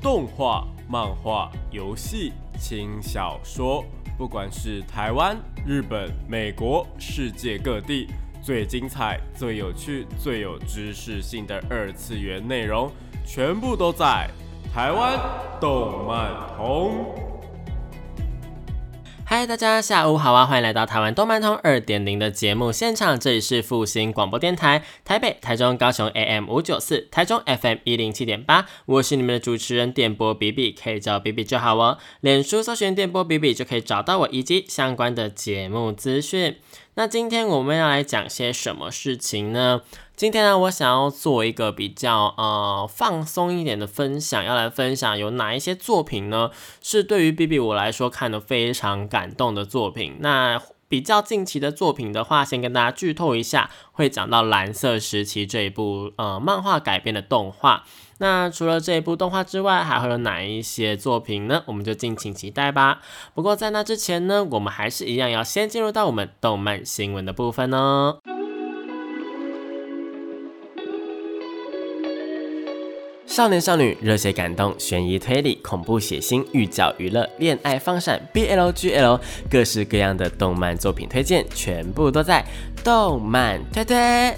动画、漫画、游戏、轻小说，不管是台湾、日本、美国，世界各地，最精彩、最有趣、最有知识性的二次元内容，全部都在台湾动漫通。 嗨，大家下午好啊！欢迎来到台湾动漫通 2.0 的节目现场，这里是复兴广播电台，台北、台中、高雄 AM594， 台中 FM107.8， 我是你们的主持人电波比比，可以叫比比就好哦。脸书搜寻电波比比就可以找到我以及相关的节目资讯。那今天我们要来讲些什么事情呢？今天呢，我想要做一个比较放松一点的分享，要来分享有哪一些作品呢，是对于 BB 我来说看得非常感动的作品。那比较近期的作品的话，先跟大家剧透一下，会讲到蓝色时期这一部漫画改编的动画。那除了这一部动画之外，还会有哪一些作品呢？我们就敬请期待吧。不过在那之前呢，我们还是一样要先进入到我们动漫新闻的部分哦。少年少女、热血感动、悬疑推理、恐怖血腥、御教娱乐、恋爱放闪、BL、GL， 各式各样的动漫作品推荐，全部都在动漫推推。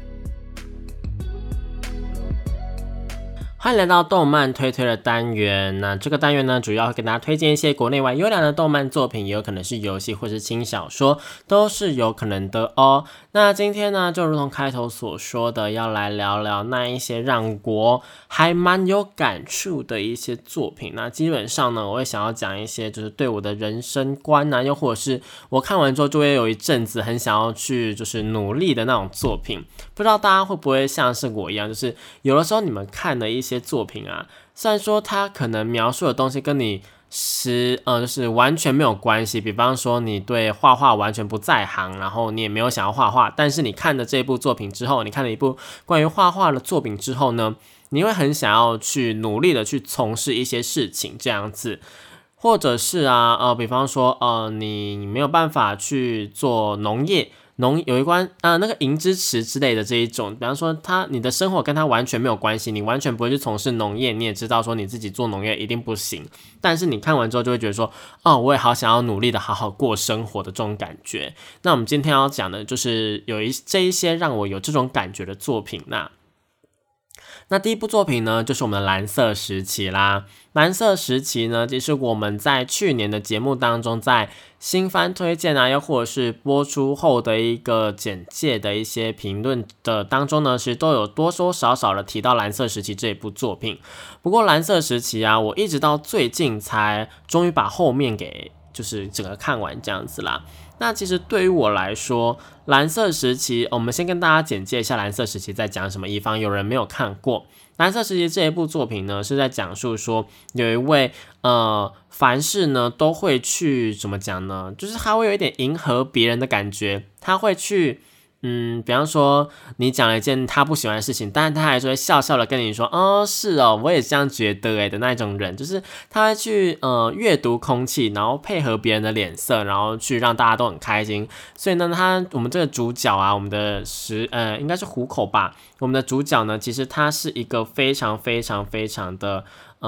欢迎来到动漫推推的单元。那这个单元呢，主要会跟大家推荐一些国内外优良的动漫作品，也有可能是游戏或是轻小说，都是有可能的哦。那今天呢，就如同开头所说的，要来聊聊那一些让我还蛮有感触的一些作品。那基本上呢，我会想要讲一些就是对我的人生观啊，又或者是我看完之后就会有一阵子很想要去就是努力的那种作品。不知道大家会不会像是我一样，就是有的时候你们看的一些作品啊，虽然说它可能描述的东西跟你就是完全没有关系，比方说你对画画完全不在行，然后你也没有想要画画，但是你看了这部作品之后，你看了一部关于画画的作品之后呢，你会很想要去努力的去从事一些事情这样子。或者是比方说你没有办法去做农业，有一关那个银之匙之类的这一种，比方说你的生活跟它完全没有关系，你完全不会去从事农业，你也知道说你自己做农业一定不行，但是你看完之后就会觉得说我也好想要努力的好好过生活的这种感觉。那我们今天要讲的就是这一些让我有这种感觉的作品。那第一部作品呢，就是我们的蓝色时期啦。蓝色时期呢，其实我们在去年的节目当中，在新番推荐又或者是播出后的一个简介的一些评论的当中呢，其实都有多多少少的提到蓝色时期这一部作品。不过蓝色时期我一直到最近才终于把后面给就是整个看完这样子啦。那其实对于我来说，蓝色时期，我们先跟大家简介一下蓝色时期在讲什么，以防有人没有看过。蓝色时期这一部作品呢，是在讲述说有一位凡事呢都会去怎么讲呢，就是他会有一点迎合别人的感觉，他会去比方说你讲了一件他不喜欢的事情，但是他还是会笑笑的跟你说是我也这样觉得的那种人，就是他会去阅读空气，然后配合别人的脸色，然后去让大家都很开心。所以呢我们这个主角我们的应该是虎口吧，我们的主角呢，其实他是一个非常非常非常的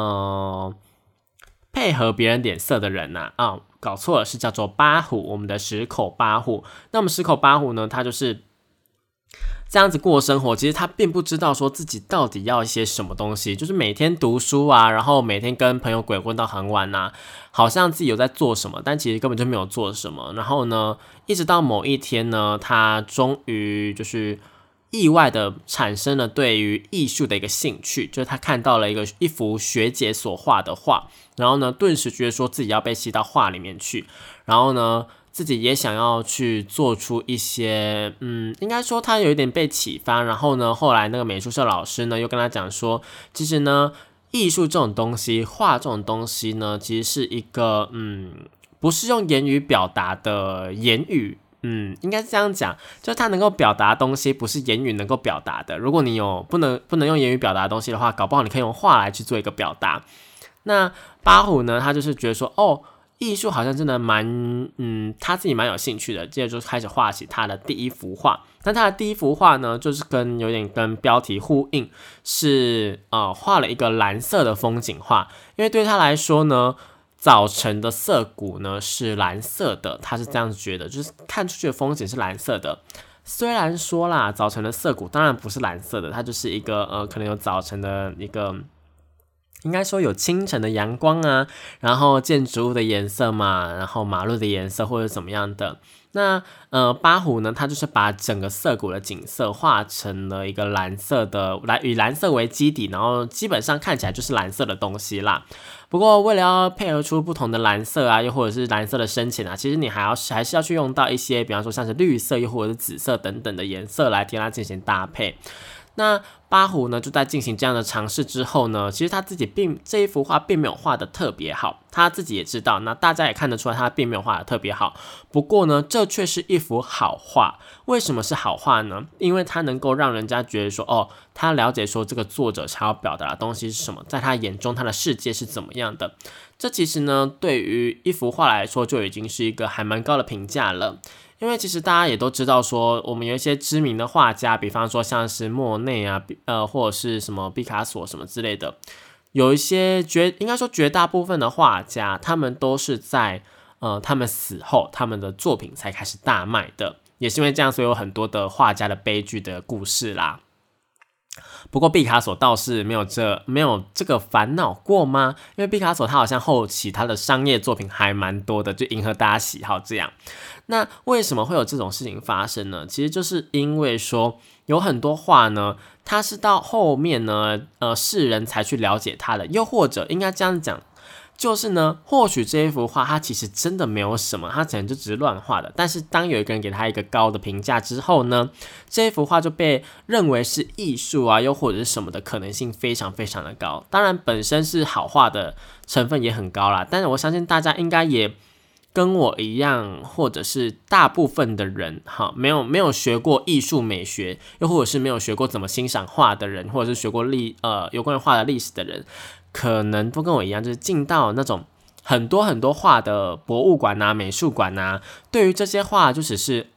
配合别人脸色的人搞错了，是叫做八虎，我们的十口八虎。那我们十口八虎呢，他就是这样子过生活，其实他并不知道说自己到底要一些什么东西，就是每天读书然后每天跟朋友鬼混到很晚好像自己有在做什么，但其实根本就没有做什么。然后呢，一直到某一天呢，他终于就是意外的产生了对于艺术的一个兴趣，就是他看到了一幅学姐所画的画，然后呢，顿时觉得说自己要被吸到画里面去，然后呢，自己也想要去做出一些应该说他有一点被启发。然后呢，后来那个美术社老师呢又跟他讲说，其实呢，艺术这种东西，画这种东西呢，其实是一个不是用言语表达的言语。应该是这样讲，就是它能够表达的东西不是言语能够表达的。如果你有不能用言语表达的东西的话，搞不好你可以用画来去做一个表达。那八虎呢，他就是觉得说艺术好像真的他自己蛮有兴趣的，接着就开始画起他的第一幅画。但他的第一幅画呢，就是有点跟标题呼应，是画了一个蓝色的风景画。因为对他来说呢，早晨的涩谷呢是蓝色的，他是这样子觉得，就是看出去的风景是蓝色的。虽然说啦，早晨的涩谷当然不是蓝色的，它就是一个可能有早晨的一个。应该说有清晨的阳光啊，然后建筑物的颜色嘛，然后马路的颜色或者怎么样的。那八虎呢，它就是把整个涩谷的景色画成了一个蓝色的，以蓝色为基底，然后基本上看起来就是蓝色的东西啦。不过为了要配合出不同的蓝色啊，又或者是蓝色的深浅啊，其实你还是要去用到一些，比方说像是绿色又或者是紫色等等的颜色来跟它进行搭配。那八虎呢，就在进行这样的尝试之后呢，其实他自己这一幅画并没有画得特别好，他自己也知道，那大家也看得出来他并没有画得特别好。不过呢，这却是一幅好画。为什么是好画呢？因为他能够让人家觉得说，他了解说这个作者想要表达的东西是什么，在他眼中他的世界是怎么样的。这其实呢，对于一幅画来说就已经是一个还蛮高的评价了。因为其实大家也都知道说，我们有一些知名的画家，比方说像是莫内啊，或者是什么毕卡索什么之类的，有一些应该说绝大部分的画家，他们都是在他们死后，他们的作品才开始大卖的，也是因为这样，所以有很多的画家的悲剧的故事啦。不过毕卡索倒是没有这个烦恼过吗？因为毕卡索他好像后期他的商业作品还蛮多的，就迎合大家喜好这样。那为什么会有这种事情发生呢？其实就是因为说有很多画呢，它是到后面呢，世人才去了解它的，又或者应该这样讲。就是呢，或许这一幅画它其实真的没有什么，它可能就只是乱画的。但是当有一个人给他一个高的评价之后呢，这一幅画就被认为是艺术啊，又或者是什么的可能性非常非常的高。当然本身是好画的成分也很高啦，但是我相信大家应该也跟我一样，或者是大部分的人没有学过艺术美学，又或者是没有学过怎么欣赏画的人，或者是学过有关于画的历史的人，可能都跟我一样，就是进到那种很多很多画的博物馆啊、美术馆啊，对于这些画就只是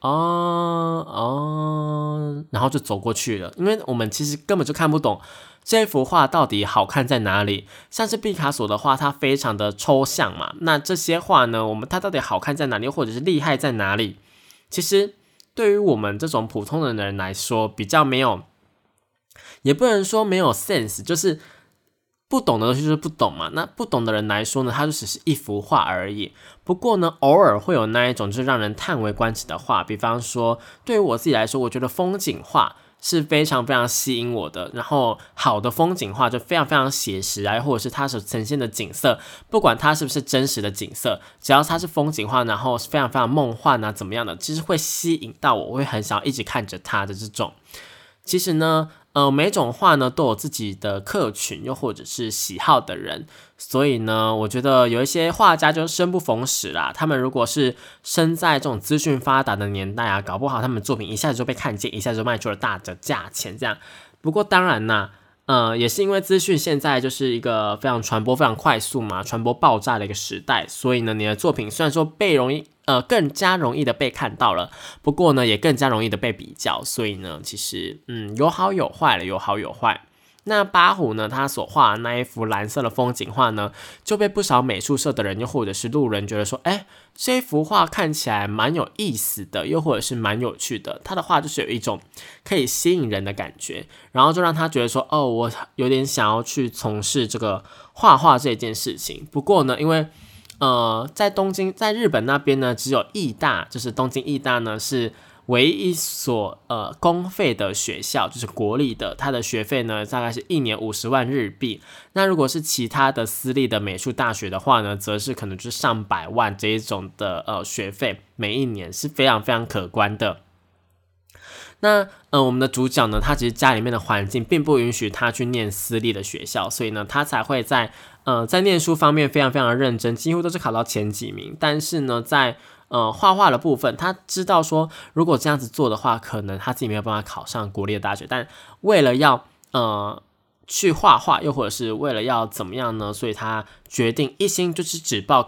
然后就走过去了，因为我们其实根本就看不懂这幅画到底好看在哪里。像是毕卡索的画，它非常的抽象嘛，那这些画呢，它到底好看在哪里，或者是厉害在哪里？其实对于我们这种普通的人来说，比较没有，也不能说没有 sense， 就是不懂的东西就是不懂嘛。那不懂的人来说呢，它就只是一幅画而已。不过呢，偶尔会有那一种就是让人叹为观止的画，比方说对于我自己来说，我觉得风景画是非常非常吸引我的。然后好的风景画就非常非常写实啊，或者是它所呈现的景色，不管它是不是真实的景色，只要它是风景画，然后非常非常梦幻啊怎么样的，其实会吸引到我会很想要一直看着它的这种。其实呢每种画呢都有自己的客群，又或者是喜好的人，所以呢我觉得有一些画家就生不逢时啦，他们如果是生在这种资讯发达的年代啊，搞不好他们作品一下子就被看见，一下子就卖出了大的价钱这样。不过当然啦也是因为资讯现在就是一个非常传播非常快速嘛，传播爆炸的一个时代，所以呢你的作品虽然说更加容易的被看到了，不过呢也更加容易的被比较，所以呢其实有好有坏了，有好有坏。那八虎呢，他所画的那一幅蓝色的风景画呢，就被不少美术社的人又或者是路人觉得说，这幅画看起来蛮有意思的，又或者是蛮有趣的，他的画就是有一种可以吸引人的感觉，然后就让他觉得说，我有点想要去从事这个画画这件事情。不过呢，因为在日本那边呢，只有艺大，就是东京艺大呢是唯一一所公费的学校，就是国立的，它的学费呢大概是1年50万日币。那如果是其他的私立的美术大学的话呢，则是可能就是上百万这一种的学费，每一年是非常非常可观的。那我们的主角呢，他其实家里面的环境并不允许他去念私立的学校，所以呢他才会在念书方面非常非常的认真，几乎都是考到前几名。但是呢在画画的部分，他知道说如果这样子做的话，可能他自己没有办法考上国立的大学，但为了要去画画，又或者是为了要怎么样呢，所以他决定一心就是只报考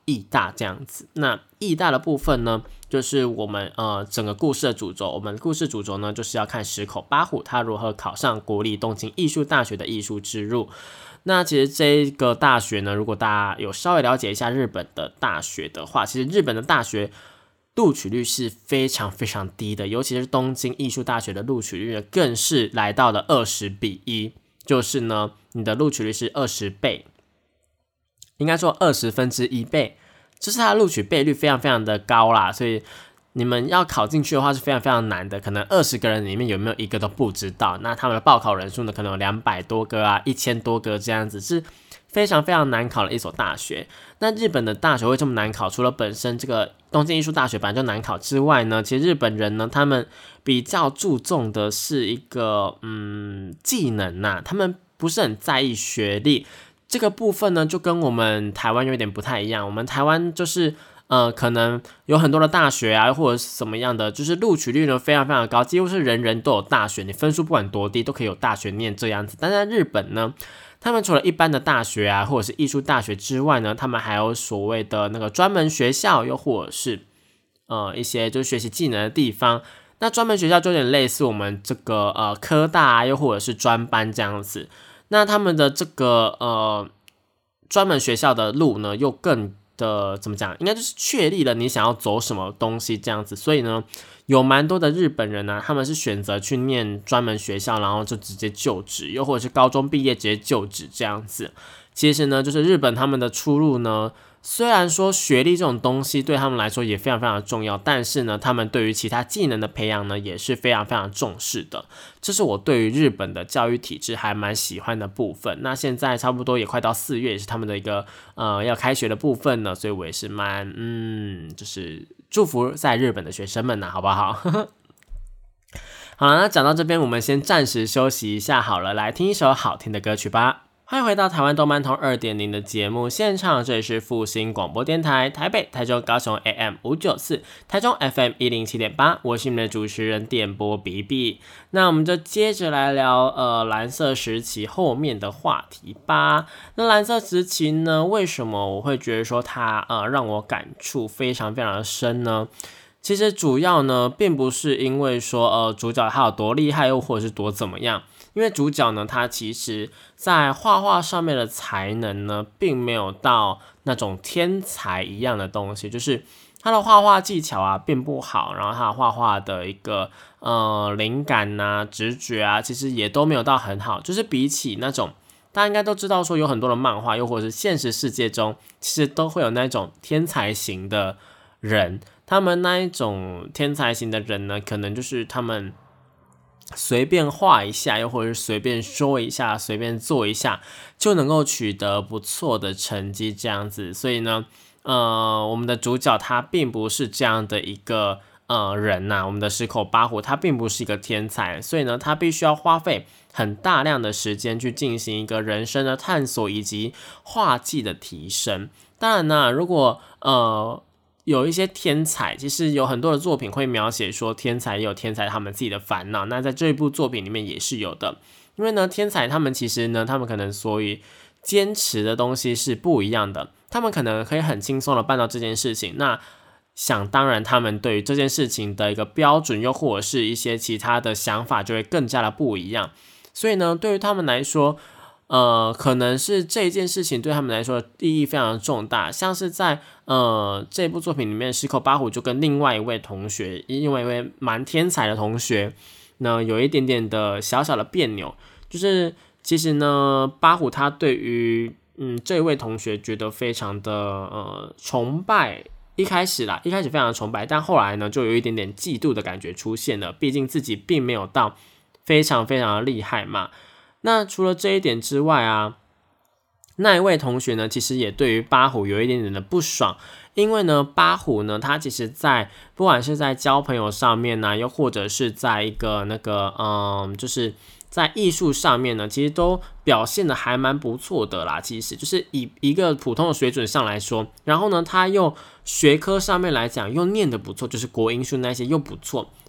艺大这样子。那艺大的部分呢，就是我们整个故事的主轴。我们故事主轴呢，就是要看石口八虎他如何考上国立东京艺术大学的艺术之路。那其实这个大学呢，如果大家有稍微了解一下日本的大学的话，其实日本的大学录取率是非常非常低的，尤其是东京艺术大学的录取率呢，更是来到了20:1，就是呢，你的录取率是20倍，应该说1/20倍，就是它的录取倍率非常非常的高啦，所以你们要考进去的话是非常非常难的，可能20个人里面有没有一个都不知道。那他们的报考人数呢，可能有200多个啊，1000多个这样子，是非常非常难考的一所大学。那日本的大学会这么难考，除了本身这个东京艺术大学本来就难考之外呢，其实日本人呢，他们比较注重的是一个技能啊，他们不是很在意学历。这个部分呢，就跟我们台湾有点不太一样。我们台湾就是可能有很多的大学啊，或者是什么样的，就是录取率呢非常非常高，几乎是人人都有大学，你分数不管多低都可以有大学念这样子。但在日本呢，他们除了一般的大学啊，或者是艺术大学之外呢，他们还有所谓的那个专门学校，又或者是一些就是学习技能的地方。那专门学校就有点类似我们这个科大啊，又或者是专班这样子。那他们的这个专门学校的路呢，又更的怎么讲？应该就是确立了你想要走什么东西这样子。所以呢，有蛮多的日本人呢，他们是选择去念专门学校，然后就直接就职，又或者是高中毕业直接就职这样子。其实呢，就是日本他们的出路呢，虽然说学历这种东西对他们来说也非常非常重要，但是呢，他们对于其他技能的培养呢，也是非常非常重视的。这是我对于日本的教育体制还蛮喜欢的部分。那现在差不多也快到4月，也是他们的一个要开学的部分了，所以我也是蛮就是祝福在日本的学生们呐，好不好？好了，那讲到这边，我们先暂时休息一下好了，来听一首好听的歌曲吧。欢迎回到台湾动漫通 2.0 的节目现场，这里是复兴广播电台台北、台中、高雄 AM594， 台中 FM107.8， 我是你们的主持人电波比比。那我们就接着来聊蓝色时期后面的话题吧。那蓝色时期呢，为什么我会觉得说它让我感触非常非常的深呢？其实主要呢，并不是因为说主角他有多厉害，又或者是多怎么样。因为主角呢，他其实在画画上面的才能呢，并没有到那种天才一样的东西，就是他的画画技巧啊并不好，然后他的画画的一个灵感啊、直觉啊，其实也都没有到很好。就是比起那种大家应该都知道说有很多的漫画，又或者是现实世界中，其实都会有那种天才型的人，他们那一种天才型的人呢，可能就是他们随便画一下，又或者是随便说一下，随便做一下，就能够取得不错的成绩这样子。所以呢，我们的主角他并不是这样的一个人呐，我们的石口八虎他并不是一个天才，所以呢，他必须要花费很大量的时间去进行一个人生的探索以及画技的提升。当然呢，如果有一些天才，其实有很多的作品会描写说天才也有天才他们自己的烦恼，那在这一部作品里面也是有的。因为呢，天才他们其实呢，他们可能所以坚持的东西是不一样的，他们可能可以很轻松的办到这件事情，那想当然他们对于这件事情的一个标准，又或者是一些其他的想法就会更加的不一样。所以呢，对于他们来说可能是这件事情对他们来说意义非常重大，像是在这部作品里面，石口八虎就跟另外一位同学，另外一位蛮天才的同学呢，有一点点的小小的别扭，就是其实呢，八虎他对于这一位同学觉得非常的崇拜，一开始非常的崇拜，但后来呢，就有一点点嫉妒的感觉出现了，毕竟自己并没有到非常非常的厉害嘛。那除了这一点之外啊，那一位同学呢，其实也对于八虎有一点点的不爽，因为呢，八虎呢，他其实在不管是在交朋友上面呢，又或者是在一个那个就是在艺术上面呢，其实都表现的还蛮不错的啦。其实就是以一个普通的水准上来说，然后呢，他又学科上面来讲又念得不错，就是国英数那些又不错，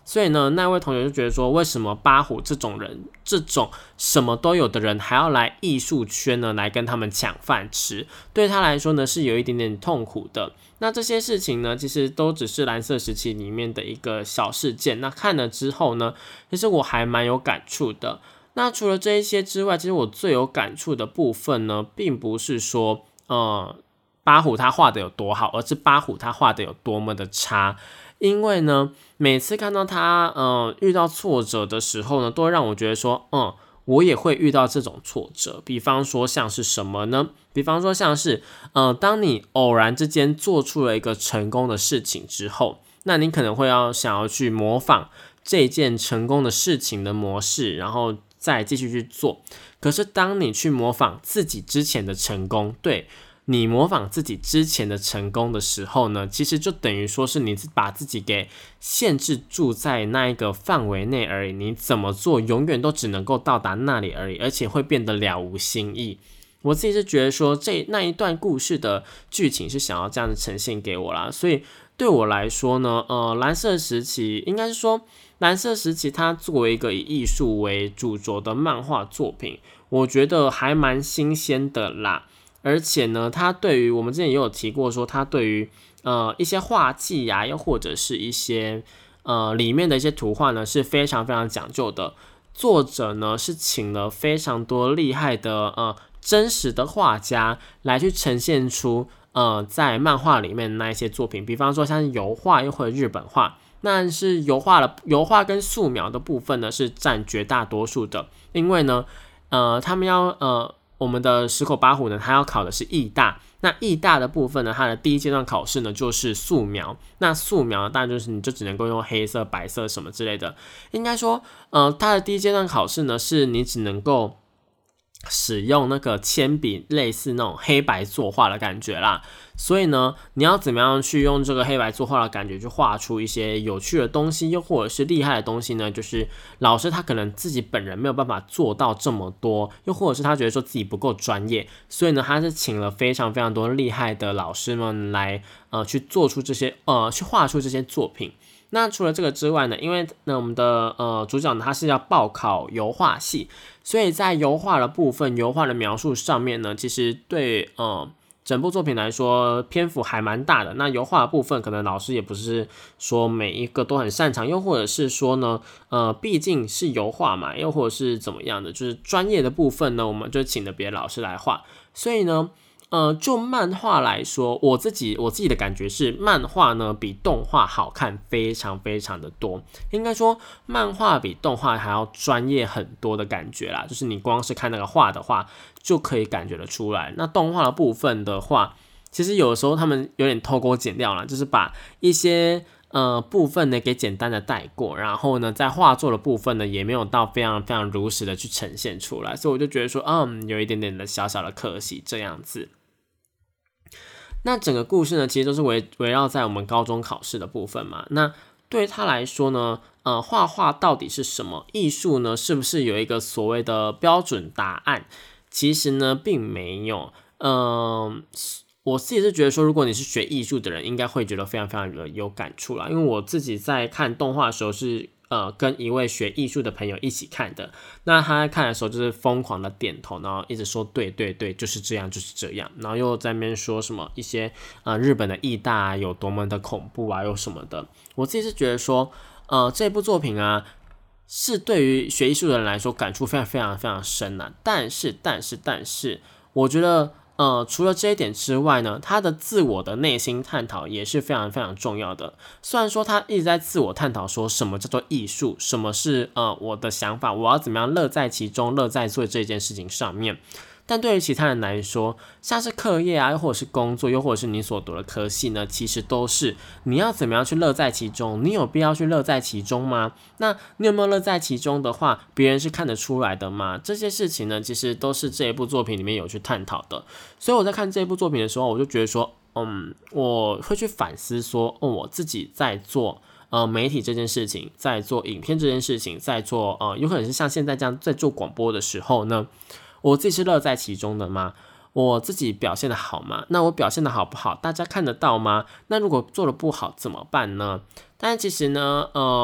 所以呢，那位同学就觉得说，为什么八虎这种人，这种什么都有的人，还要来艺术圈呢，来跟他们抢饭吃？对他来说呢，是有一点点痛苦的。那这些事情呢，其实都只是蓝色时期里面的一个小事件。那看了之后呢，其实我还蛮有感触的。那除了这一些之外，其实我最有感触的部分呢，并不是说八虎他画的有多好，而是八虎他画的有多么的差。因为呢，每次看到他遇到挫折的时候呢，都会让我觉得说，我也会遇到这种挫折。比方说像是什么呢？比方说像是当你偶然之间做出了一个成功的事情之后，那你可能会想要去模仿这件成功的事情的模式，然后再继续去做。可是当你去模仿自己之前的成功，对，你模仿自己之前的成功的时候呢，其实就等于说是你把自己给限制住在那一个范围内而已，你怎么做永远都只能够到达那里而已，而且会变得了无新意。我自己是觉得说那一段故事的剧情是想要这样的呈现给我啦，所以对我来说呢，蓝色时期应该是说蓝色时期它作为一个以艺术为主轴的漫画作品，我觉得还蛮新鲜的啦。而且呢，它对于我们之前也有提过说，它对于一些画技啊，又或者是一些里面的一些图画呢，是非常非常讲究的。作者呢是请了非常多厉害的真实的画家来去呈现出在漫画里面的那一些作品，比方说像是油画又或者日本画，那是油画跟素描的部分呢是占绝大多数的，因为呢他们我们的石口八虎呢，他要考的是艺大。那艺大的部分呢，它的第一阶段考试呢就是素描。那素描当然就是你就只能够用黑色、白色什么之类的。应该说，它的第一阶段考试呢，是你只能够使用那个铅笔，类似那种黑白作画的感觉啦。所以呢，你要怎么样去用这个黑白作画的感觉去画出一些有趣的东西，又或者是厉害的东西呢？就是老师他可能自己本人没有办法做到这么多，又或者是他觉得说自己不够专业，所以呢，他是请了非常非常多厉害的老师们来去做出这些去画出这些作品。那除了这个之外呢，因为我们的主角呢他是要报考油画系，所以在油画的部分，油画的描述上面呢，其实对整部作品来说篇幅还蛮大的。那油画的部分可能老师也不是说每一个都很擅长，又或者是说呢毕竟是油画嘛，又或者是怎么样的，就是专业的部分呢我们就请了别的老师来画。所以呢就漫画来说，我自己的感觉是，漫画呢比动画好看非常非常的多。应该说，漫画比动画还要专业很多的感觉啦。就是你光是看那个画的话，就可以感觉得出来。那动画的部分的话，其实有的时候他们有点偷工减料啦，就是把一些部分呢给简单的带过，然后呢在画作的部分呢也没有到非常非常如实的去呈现出来，所以我就觉得说有一点点的小小的可惜这样子。那整个故事呢，其实都是围绕在我们高中考试的部分嘛。那对他来说呢，画画到底是什么？艺术呢，是不是有一个所谓的标准答案？其实呢，并没有。我自己是觉得说，如果你是学艺术的人，应该会觉得非常非常的有感触啦。因为我自己在看动画的时候是跟一位学艺术的朋友一起看的，那他在看的时候就是疯狂的点头，然后一直说对对对，就是这样就是这样，然后又在那边说什么一些日本的艺大有多么的恐怖啊，又什么的。我自己是觉得说这部作品啊是对于学艺术的人来说感触非常非常非常深啊，但是我觉得除了这一点之外呢，他的自我的内心探讨也是非常非常重要的。虽然说他一直在自我探讨说什么叫做艺术，什么是我的想法，我要怎么样乐在其中，乐在做这件事情上面。但对于其他人来说，像是课业啊，又或者是工作，又或者是你所读的科系呢，其实都是你要怎么样去乐在其中，你有必要去乐在其中吗？那你有没有乐在其中的话，别人是看得出来的吗？这些事情呢，其实都是这一部作品里面有去探讨的。所以我在看这部作品的时候，我就觉得说，我会去反思说，我自己在做媒体这件事情，在做影片这件事情，在做有可能是像现在这样在做广播的时候呢，我自己是乐在其中的吗？我自己表现的好吗？那我表现的好不好，大家看得到吗？那如果做的不好怎么办呢？但其实呢，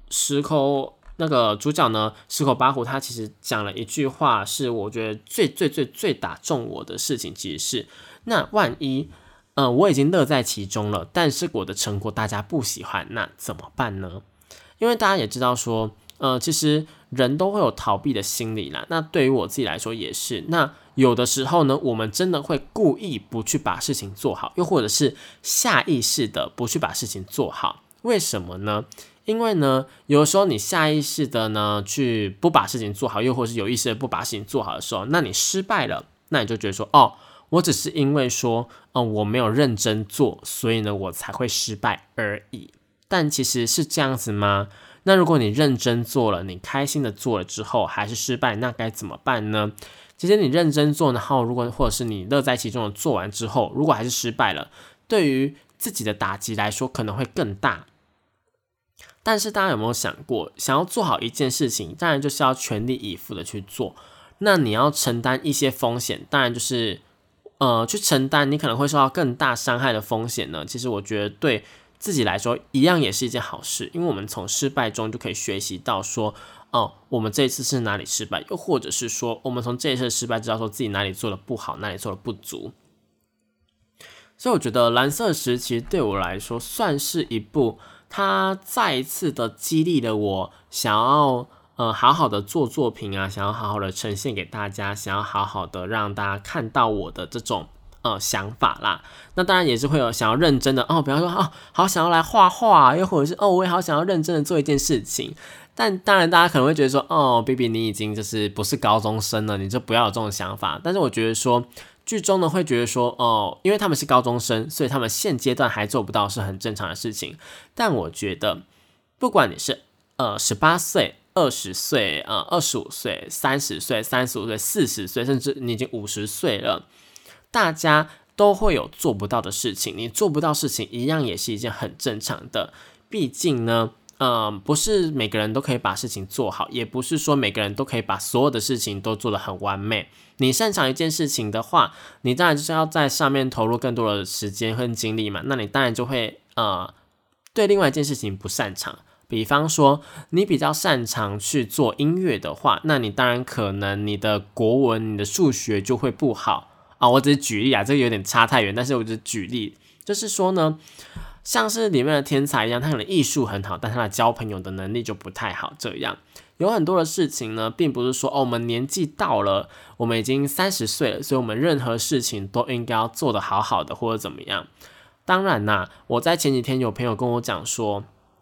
石口那个主角呢，石口八虎，他其实讲了一句话，是我觉得最打中我的事情，其实是那万一我已经乐在其中了，但是我的成果大家不喜欢，那怎么办呢？因为大家也知道说，其实人都会有逃避的心理啦。那对于我自己来说也是。那有的时候呢，我们真的会故意不去把事情做好，又或者是下意识的不去把事情做好。为什么呢？因为呢，有的时候你下意识的呢去不把事情做好，又或是有意识的不把事情做好的时候，那你失败了，那你就觉得说，我只是因为说，我没有认真做，所以呢，我才会失败而已。但其实是这样子吗？那如果你认真做了，你开心的做了之后还是失败，那该怎么办呢？其实你认真做，然后或者是你乐在其中的做完之后，如果还是失败了，对于自己的打击来说可能会更大。但是大家有没有想过，想要做好一件事情，当然就是要全力以赴的去做。那你要承担一些风险，当然就是去承担你可能会受到更大伤害的风险呢。其实我觉得对自己来说一样也是一件好事，因为我们从失败中就可以学习到说，我们这一次是哪里失败，又或者是说我们从这一次的失败知道说自己哪里做的不好，哪里做的不足。所以我觉得蓝色时期对我来说算是一部，它再一次的激励了我想要好好的做作品啊，想要好好的呈现给大家，想要好好的让大家看到我的这种想法啦。那当然也是会有想要认真的比方说好想要来画画，又或者是我也好想要认真的做一件事情。但当然大家可能会觉得说BB 你已经就是不是高中生了，你就不要有这种想法。但是我觉得说剧中呢会觉得说因为他们是高中生，所以他们现阶段还做不到是很正常的事情。但我觉得不管你是18岁、20岁、25岁、30岁、35岁、40岁，甚至你已经50岁了，大家都会有做不到的事情。你做不到事情一样也是一件很正常的，毕竟呢不是每个人都可以把事情做好，也不是说每个人都可以把所有的事情都做得很完美。你擅长一件事情的话，你当然就是要在上面投入更多的时间和精力嘛，那你当然就会对另外一件事情不擅长。比方说你比较擅长去做音乐的话，那你当然可能你的国文、你的数学就会不好我只是举例这个有点差太远，但是我只是举例，就是说呢，像是里面的天才一样，他可能艺术很好，但他的交朋友的能力就不太好。这样有很多的事情呢，并不是说我们年纪到了，我们已经30岁了，所以我们任何事情都应该要做得好好的，或者怎么样。当然啦，我在前几天有朋友跟我讲说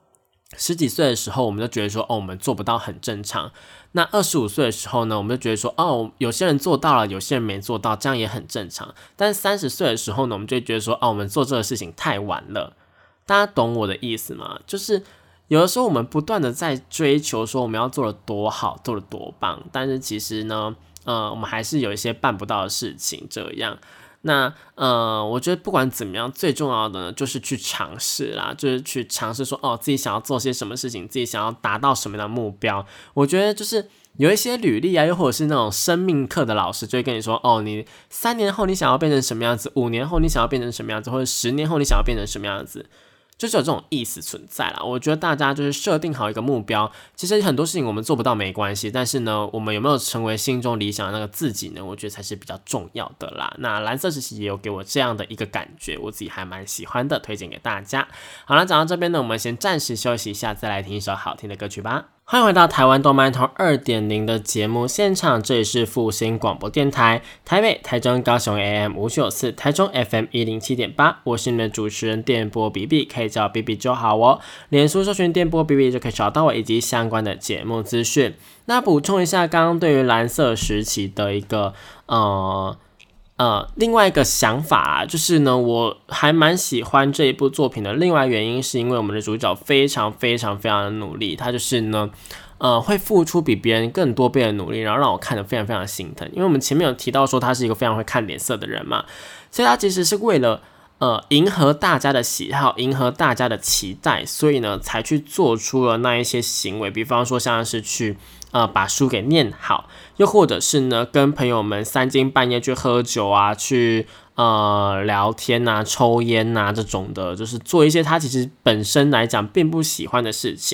，10几岁的时候我们就觉得说我们做不到很正常。那25岁的时候呢，我们就觉得说有些人做到了，有些人没做到，这样也很正常。但是30岁的时候呢，我们就会觉得说我们做这个事情太晚了。大家懂我的意思吗？就是有的时候我们不断的在追求说我们要做得多好，做得多棒，但是其实呢我们还是有一些办不到的事情这样。那我觉得不管怎么样，最重要的呢就是去尝试啦，就是去尝试说自己想要做些什么事情，自己想要达到什么样的目标。我觉得就是有一些履历啊，又或者是那种生命课的老师就会跟你说你3年后你想要变成什么样子，5年后你想要变成什么样子，或者10年后你想要变成什么样子，就是有这种意思存在啦。我觉得大家就是设定好一个目标，其实很多事情我们做不到没关系，但是呢我们有没有成为心中理想的那个自己呢，我觉得才是比较重要的啦。那蓝色时期也有给我这样的一个感觉，我自己还蛮喜欢的，推荐给大家。好了，讲到这边呢，我们先暂时休息一下，再来听一首好听的歌曲吧。欢迎回到台湾动漫通 2.0 的节目现场，这里是复兴广播电台，台北、台中、高雄 AM594， 台中 FM107.8， 我是你们的主持人电波 BB， 可以叫 BB 就好哦。脸书搜寻电波 BB 就可以找到我以及相关的节目资讯。那补充一下刚刚对于蓝色时期的一个另外一个想法就是呢，我还蛮喜欢这一部作品的另外原因是因为我们的主角非常非常非常的努力，他就是呢会付出比别人更多倍的努力，然后让我看得非常非常的心疼。因为我们前面有提到说他是一个非常会看脸色的人嘛，所以他其实是为了迎合大家的喜好，迎合大家的期待，所以呢才去做出了那一些行为，比方说像是去把书给念好，又或者是呢跟朋友们3更半夜去喝酒啊，去聊天啊、抽烟啊这种的，就是做一些他其实本身来讲并不喜欢的事情。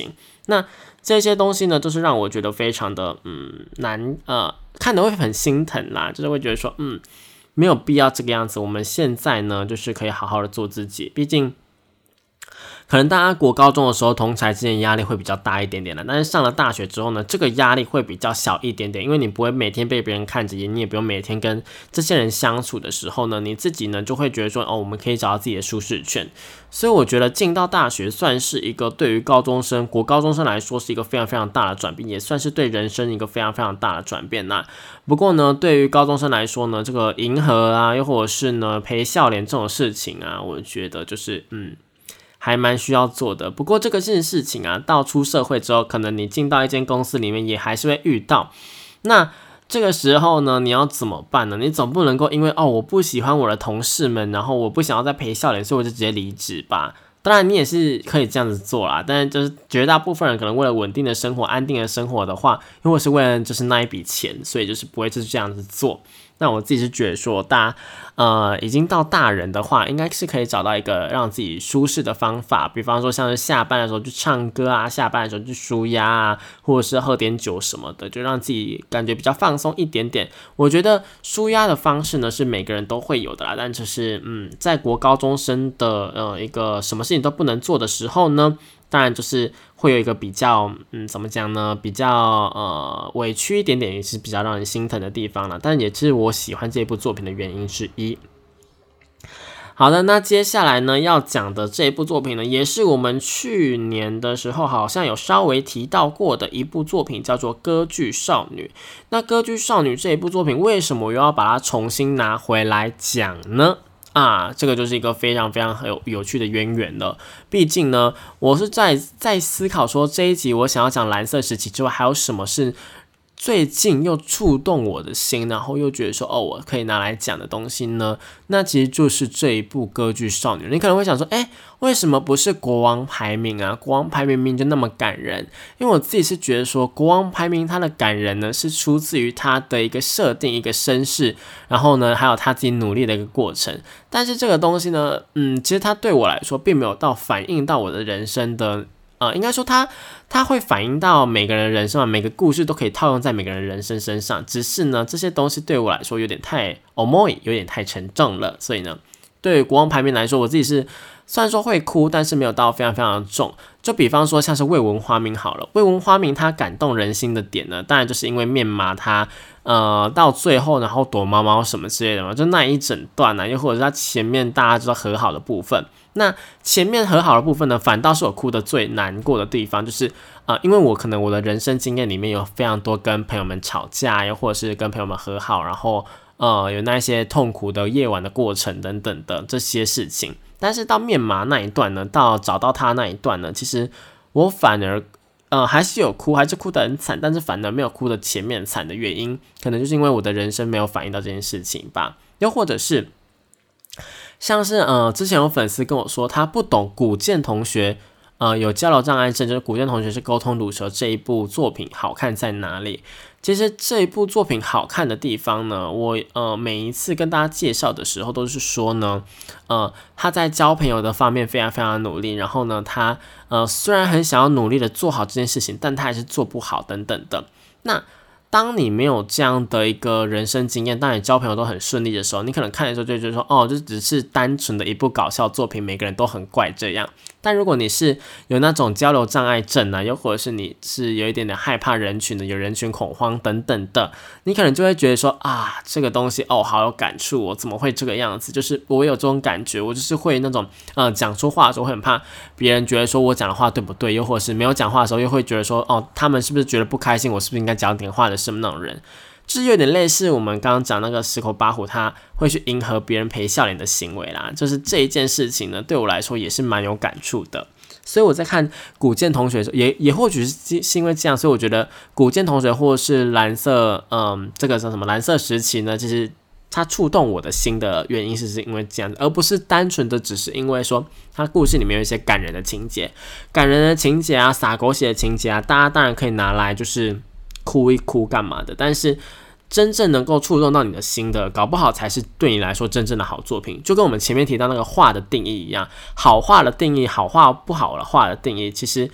那这些东西呢，就是让我觉得非常的难看得会很心疼啦，就是会觉得说没有必要这个样子。我们现在呢，就是可以好好的做自己，毕竟可能大家国高中的时候同侪之间压力会比较大一点点的，但是上了大学之后呢，这个压力会比较小一点点，因为你不会每天被别人看着眼，你也不用每天跟这些人相处的时候呢，你自己呢就会觉得说我们可以找到自己的舒适圈。所以我觉得进到大学算是一个对于国高中生来说是一个非常非常大的转变，也算是对人生一个非常非常大的转变。那不过呢，对于高中生来说呢，这个迎合啊，又或者是呢陪笑脸这种事情啊，我觉得就是还蛮需要做的。不过这个件事情啊，到出社会之后，可能你进到一间公司里面也还是会遇到。那这个时候呢，你要怎么办呢？你总不能够因为我不喜欢我的同事们，然后我不想要再陪笑脸，所以我就直接离职吧。当然你也是可以这样子做啦，但是就是绝大部分人可能为了稳定的生活、安定的生活的话，如果是为了就是那一笔钱，所以就是不会就是这样子做。那我自己是觉得说，已经到大人的话，应该是可以找到一个让自己舒适的方法，比方说像是下班的时候去唱歌啊，下班的时候去抒压啊，或者是喝点酒什么的，就让自己感觉比较放松一点点。我觉得抒压的方式呢是每个人都会有的啦，但就是在国高中生的一个什么事情都不能做的时候呢，当然就是会有一个比较怎么讲呢，比较委屈一点点，也是比较让人心疼的地方啦，但也是我喜欢这部作品的原因之一。好的，那接下来呢要讲的这一部作品呢，也是我们去年的时候好像有稍微提到过的一部作品，叫做《歌剧少女》。那《歌剧少女》这一部作品，为什么我又要把它重新拿回来讲呢？这个就是一个非常非常有趣的渊源了。毕竟呢，我是在思考说，这一集我想要讲蓝色时期之外，还有什么是最近又触动我的心，然后又觉得说我可以拿来讲的东西呢？那其实就是这一部歌剧少女。你可能会想说，为什么不是国王排名啊？国王排名明明就那么感人。因为我自己是觉得说，国王排名它的感人呢，是出自于它的一个设定、一个身世，然后呢，还有他自己努力的一个过程。但是这个东西呢，其实它对我来说，并没有到反映到我的人生的。应该说它会反映到每个人的人生嘛，每个故事都可以套用在每个人的人生身上。只是呢，这些东西对我来说有点太重，有点太沉重了。所以呢，对于国王排名来说，我自己是虽然说会哭，但是没有到非常非常的重。就比方说像是未闻花名好了，未闻花名它感动人心的点呢，当然就是因为面麻它到最后然后躲猫猫什么之类的嘛，就那一整段又或者是它前面大家知道和好的部分。那前面和好的部分呢，反倒是我哭的最难过的地方，就是因为我可能我的人生经验里面有非常多跟朋友们吵架，又或者是跟朋友们和好，然后有那些痛苦的夜晚的过程等等的这些事情。但是到面麻那一段呢，到找到他那一段呢，其实我反而还是有哭，还是哭得很惨，但是反而没有哭的前面惨的原因，可能就是因为我的人生没有反映到这件事情吧。又或者是像是之前有粉丝跟我说，他不懂古建同学有交流障碍症，就是古建同学是沟通乳蛇这一部作品好看在哪里？其实这一部作品好看的地方呢，我每一次跟大家介绍的时候都是说呢，他在交朋友的方面非常非常努力，然后呢，他虽然很想要努力的做好这件事情，但他还是做不好等等的。那当你没有这样的一个人生经验，当你交朋友都很顺利的时候，你可能看的时候就觉得说，就只是单纯的一部搞笑作品，每个人都很怪这样。但如果你是有那种交流障碍症啊，又或者是你是有一点点害怕人群的，有人群恐慌等等的，你可能就会觉得说这个东西好有感触，我怎么会这个样子？就是我有这种感觉，我就是会那种讲出话的时候会很怕别人觉得说我讲的话对不对，又或者是没有讲话的时候又会觉得说他们是不是觉得不开心，我是不是应该讲点话的是那种人。就是有点类似我们刚刚讲那个十口八虎，他会去迎合别人陪笑脸的行为啦。就是这一件事情呢，对我来说也是蛮有感触的。所以我在看古建同学的时候，也或许是因为这样，所以我觉得古建同学或是蓝色，这个叫什么蓝色时期呢，其实他触动我的心的原因是因为这样子，而不是单纯的只是因为说他故事里面有一些感人的情节啊，洒狗血的情节啊，大家当然可以拿来就是哭一哭干嘛的，但是真正能够触动到你的心的，搞不好才是对你来说真正的好作品。就跟我们前面提到那个画的定义一样，好画的定义，好画不好的画的定义，其实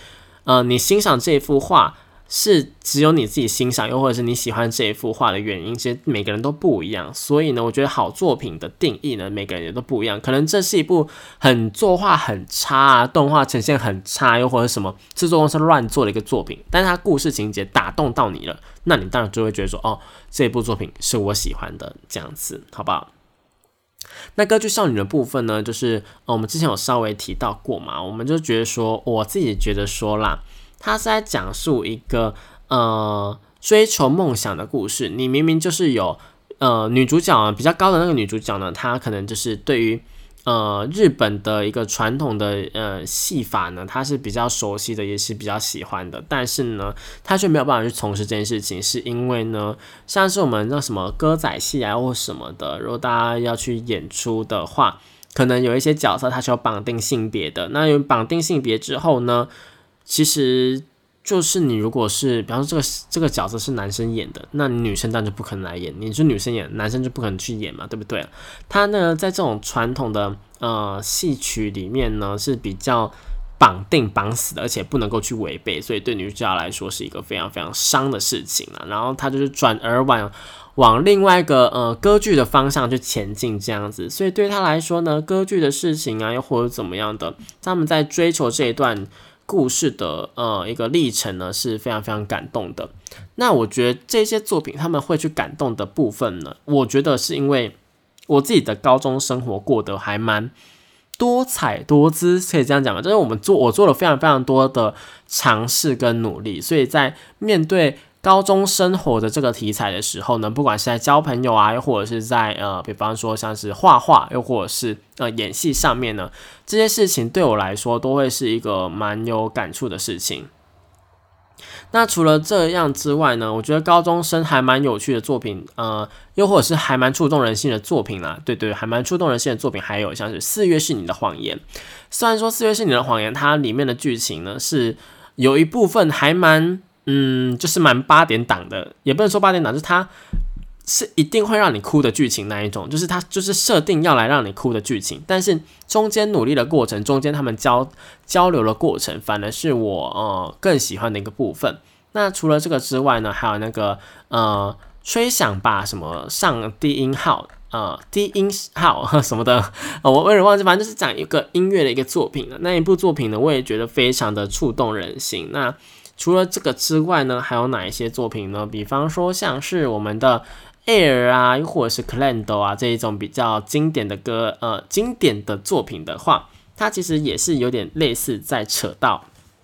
你欣赏这一幅画是只有你自己欣赏，又或者是你喜欢这一幅画的原因，其实每个人都不一样。所以呢，我觉得好作品的定义呢，每个人也都不一样。可能这是一部作画很差啊，动画呈现很差，又或者什么制作公司乱做的一个作品，但是它故事情节打动到你了，那你当然就会觉得说，哦，这一部作品是我喜欢的，这样子，好不好？那歌剧少女的部分呢，就是我们之前有稍微提到过嘛，我们就觉得说，我自己觉得说啦，它是在讲述一个追求梦想的故事。你明明就是有女主角啊，比较高的那个女主角呢，她可能就是对于日本的一个传统的戏法呢，她是比较熟悉的，也是比较喜欢的，但是呢，她却没有办法去从事这件事情，是因为呢，像是我们那什么歌仔戏啊或什么的，如果大家要去演出的话，可能有一些角色它是有绑定性别的，那有绑定性别之后呢，其实就是你如果是比方说这个角色是男生演的，那你女生当然就不可能来演，你是女生演，男生就不可能去演嘛，对不对？他呢在这种传统的戏曲里面呢是比较绑死的，而且不能够去违背，所以对女主角来说是一个非常非常伤的事情啊。然后他就是转而往另外一个歌剧的方向去前进这样子，所以对他来说呢，歌剧的事情啊又或者怎么样的，他们在追求这一段故事的一个历程呢是非常非常感动的。那我觉得这些作品他们会去感动的部分呢，我觉得是因为我自己的高中生活过得还蛮多彩多姿，可以这样讲吗？就是我做了非常非常多的尝试跟努力，所以在面对高中生活的这个题材的时候呢，不管是在交朋友啊，又或者是在比方说像是画画，又或者是演戏上面呢，这些事情对我来说都会是一个蛮有感触的事情。那除了这样之外呢，我觉得高中生还蛮有趣的作品，又或者是还蛮触动人心的作品啦。对，还蛮触动人心的作品，还有像是《4月是你的谎言》。虽然说《4月是你的谎言》它里面的剧情呢是有一部分还蛮就是蛮8点档的，也不能说8点档，就是它是一定会让你哭的剧情那一种，就是它就是设定要来让你哭的剧情，但是中间努力的过程，中间他们交流的过程，反而是我更喜欢的一个部分。那除了这个之外呢，还有那个吹响吧什么上低音号低音号什么的，我有点忘记，反正就是讲一个音乐的一个作品了。那一部作品呢，我也觉得非常的触动人心。那除了这个之外呢，还有哪一些作品呢？比方说像是我们的 Air 啊，又或者是 Calendo 啊这一种比较经典的歌，经典的作品的话，它其实也是有点类似在扯到，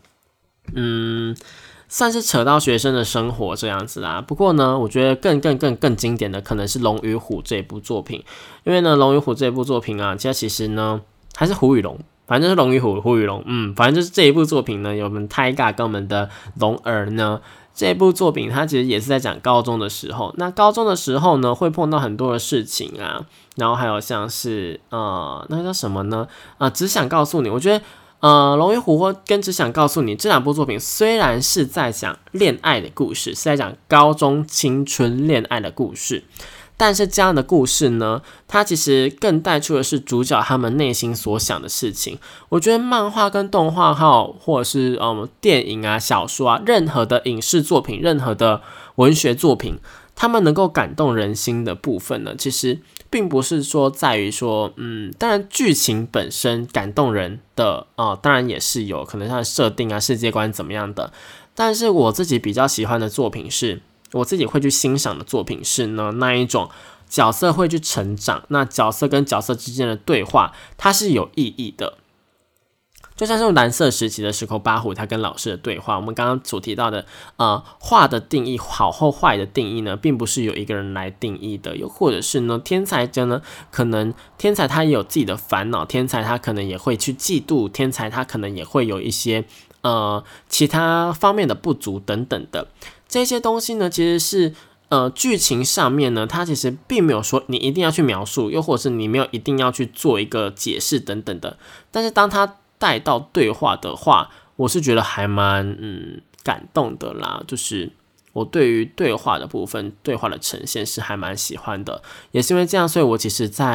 算是扯到学生的生活这样子啦。不过呢，我觉得更经典的可能是《龙与虎》这一部作品，因为呢，《龙与虎》这一部作品啊，其实呢还是虎与龙。反正就是龙与虎，虎与龙，反正就是这一部作品呢，有我们 Taiga 跟我们的龙儿呢，这一部作品它其实也是在讲高中的时候。那高中的时候呢，会碰到很多的事情啊，然后还有像是那个叫什么呢？只想告诉你，我觉得龙与虎跟只想告诉你这两部作品虽然是在讲恋爱的故事，是在讲高中青春恋爱的故事。但是这样的故事呢，它其实更带出的是主角他们内心所想的事情。我觉得漫画跟动画或者是电影啊、小说啊，任何的影视作品、任何的文学作品，他们能够感动人心的部分呢，其实并不是说在于说，当然剧情本身感动人的当然也是有可能它的设定啊、世界观怎么样的。但是我自己比较喜欢的作品是。我自己会去欣赏的作品是呢，那一种角色会去成长，那角色跟角色之间的对话，它是有意义的。就像是蓝色时期的石口八虎，他跟老师的对话，我们刚刚所提到的，画的定义，好或坏的定义呢，并不是有一个人来定义的，又或者是呢，天才者呢，可能天才他也有自己的烦恼，天才他可能也会去嫉妒，天才他可能也会有一些其他方面的不足等等的。这些东西呢，其实是剧情上面呢，它其实并没有说你一定要去描述，又或者是你没有一定要去做一个解释等等的。但是当它带到对话的话，我是觉得还蛮感动的啦。就是我对于对话的部分，对话的呈现是还蛮喜欢的，也是因为这样，所以我其实在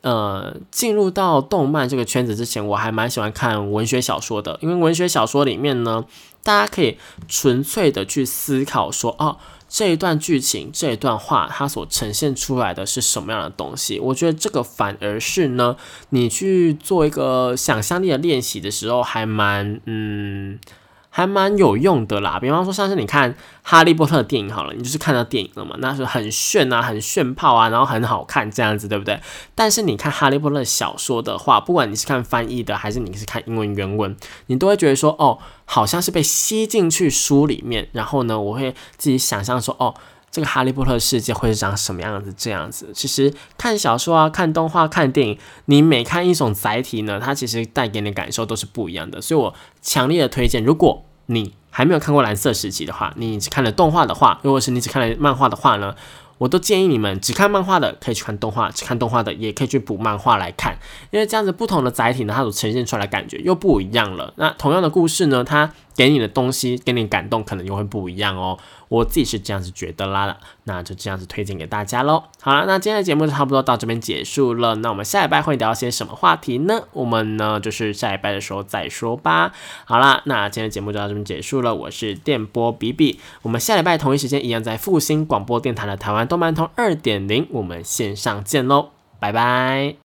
进入到动漫这个圈子之前，我还蛮喜欢看文学小说的，因为文学小说里面呢，大家可以纯粹的去思考说，这一段剧情，这一段话，它所呈现出来的是什么样的东西？我觉得这个反而是呢，你去做一个想象力的练习的时候，还蛮有用的啦。比方说，像是你看《哈利波特》的电影好了，你就是看到电影了嘛，那是很炫啊，很炫炮啊，然后很好看这样子，对不对？但是你看《哈利波特》小说的话，不管你是看翻译的，还是你是看英文原文，你都会觉得说，好像是被吸进去书里面，然后呢，我会自己想象说，这个哈利波特的世界会是长什么样子？这样子，其实看小说啊、看动画、看电影，你每看一种载体呢，它其实带给你的感受都是不一样的。所以我强烈的推荐，如果你还没有看过蓝色时期的话，你只看了动画的话，如果是你只看了漫画的话呢，我都建议你们只看漫画的可以去看动画，只看动画的也可以去补漫画来看，因为这样子不同的载体呢，它所呈现出来的感觉又不一样了。那同样的故事呢，它给你的东西，给你感动可能又会不一样哦。我自己是这样子觉得啦，那就这样子推荐给大家咯。好了，那今天的节目就差不多到这边结束了。那我们下礼拜会聊些什么话题呢？我们呢就是下礼拜的时候再说吧。好啦，那今天的节目就到这边结束了。我是电波比比，我们下礼拜同一时间一样在复兴广播电台的台湾动漫通 2.0， 我们线上见咯，拜拜。